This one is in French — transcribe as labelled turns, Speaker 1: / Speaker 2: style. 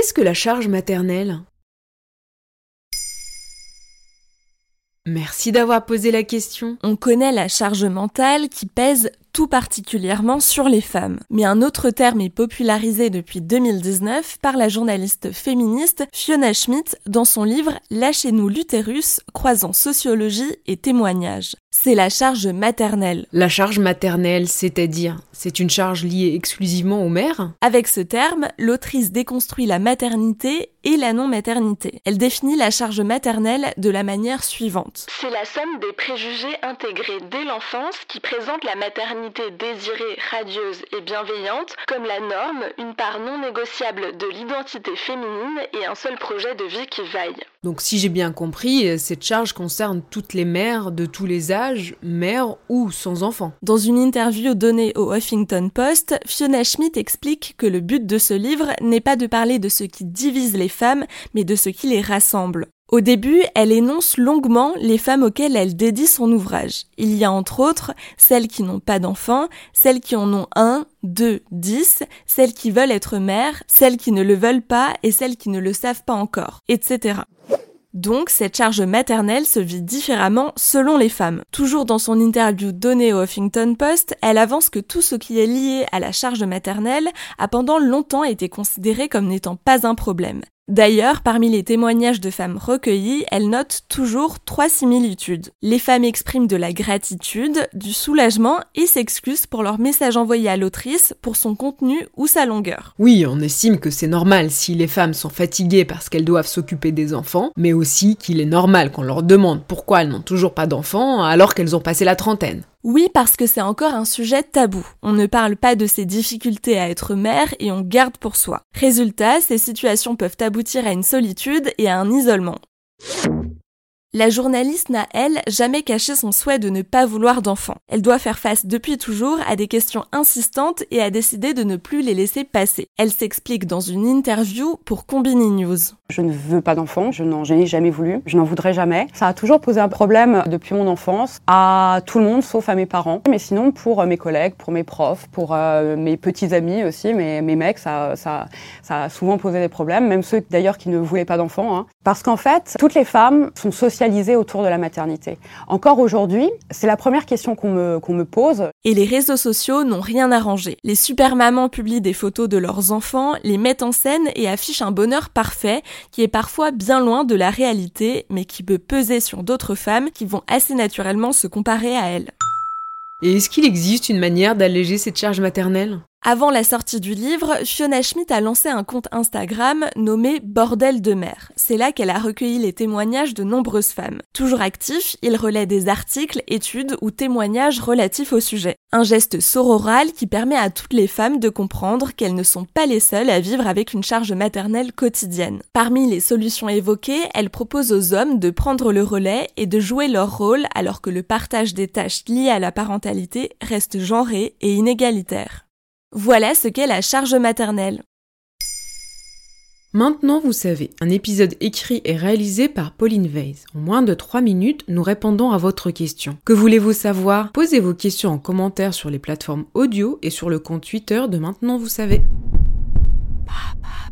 Speaker 1: qu'est-ce que la charge maternelle ? Merci d'avoir posé la question.
Speaker 2: On connaît la charge mentale qui pèse tout particulièrement sur les femmes. Mais un autre terme est popularisé depuis 2019 par la journaliste féministe Fiona Schmidt dans son livre « Lâchez-nous l'utérus, croisant sociologie et témoignages ». C'est la charge maternelle.
Speaker 1: La charge maternelle, c'est une charge liée exclusivement aux mères ?
Speaker 2: Avec ce terme, l'autrice déconstruit la maternité et la non-maternité. Elle définit la charge maternelle de la manière suivante.
Speaker 3: C'est la somme des préjugés intégrés dès l'enfance qui présentent la maternité désirée, radieuse et bienveillante comme la norme, une part non négociable de l'identité féminine et un seul projet de vie qui vaille.
Speaker 1: Donc si j'ai bien compris, cette charge concerne toutes les mères de tous les âges, mères ou sans enfants.
Speaker 2: Dans une interview donnée au Huffington Post, Fiona Schmidt explique que le but de ce livre n'est pas de parler de ce qui divise les femmes, mais de ce qui les rassemble. Au début, elle énonce longuement les femmes auxquelles elle dédie son ouvrage. Il y a entre autres celles qui n'ont pas d'enfants, celles qui en ont 1, 2, 10, celles qui veulent être mères, celles qui ne le veulent pas et celles qui ne le savent pas encore, etc. Donc, cette charge maternelle se vit différemment selon les femmes. Toujours dans son interview donnée au Huffington Post, elle avance que tout ce qui est lié à la charge maternelle a pendant longtemps été considéré comme n'étant pas un problème. D'ailleurs, parmi les témoignages de femmes recueillis, elle note toujours 3 similitudes. Les femmes expriment de la gratitude, du soulagement et s'excusent pour leur message envoyé à l'autrice, pour son contenu ou sa longueur.
Speaker 1: Oui, on estime que c'est normal si les femmes sont fatiguées parce qu'elles doivent s'occuper des enfants, mais aussi qu'il est normal qu'on leur demande pourquoi elles n'ont toujours pas d'enfants alors qu'elles ont passé la trentaine.
Speaker 2: Oui, parce que c'est encore un sujet tabou. On ne parle pas de ces difficultés à être mère et on garde pour soi. Résultat, ces situations peuvent aboutir à une solitude et à un isolement. La journaliste n'a, elle, jamais caché son souhait de ne pas vouloir d'enfants. Elle doit faire face depuis toujours à des questions insistantes et a décidé de ne plus les laisser passer. Elle s'explique dans une interview pour Combini News.
Speaker 4: Je ne veux pas d'enfants, je n'en ai jamais voulu, je n'en voudrais jamais. Ça a toujours posé un problème depuis mon enfance à tout le monde sauf à mes parents. Mais sinon pour mes collègues, pour mes profs, pour mes petits amis aussi, mes mecs, ça a souvent posé des problèmes, même ceux d'ailleurs qui ne voulaient pas d'enfants. Hein. Parce qu'en fait, toutes les femmes sont socialisées autour de la maternité. Encore aujourd'hui, c'est la première question qu'on me pose.
Speaker 2: Et les réseaux sociaux n'ont rien arrangé. Les super mamans publient des photos de leurs enfants, les mettent en scène et affichent un bonheur parfait qui est parfois bien loin de la réalité, mais qui peut peser sur d'autres femmes qui vont assez naturellement se comparer à elles.
Speaker 1: Et est-ce qu'il existe une manière d'alléger cette charge maternelle ?
Speaker 2: Avant la sortie du livre, Fiona Schmidt a lancé un compte Instagram nommé Bordel de mère. C'est là qu'elle a recueilli les témoignages de nombreuses femmes. Toujours actif, il relaie des articles, études ou témoignages relatifs au sujet. Un geste sororal qui permet à toutes les femmes de comprendre qu'elles ne sont pas les seules à vivre avec une charge maternelle quotidienne. Parmi les solutions évoquées, elle propose aux hommes de prendre le relais et de jouer leur rôle alors que le partage des tâches liées à la parentalité reste genré et inégalitaire. Voilà ce qu'est la charge maternelle.
Speaker 1: Maintenant, vous savez, un épisode écrit et réalisé par Pauline Weiss. En moins de 3 minutes, nous répondons à votre question. Que voulez-vous savoir ? Posez vos questions en commentaire sur les plateformes audio et sur le compte Twitter de Maintenant, vous savez.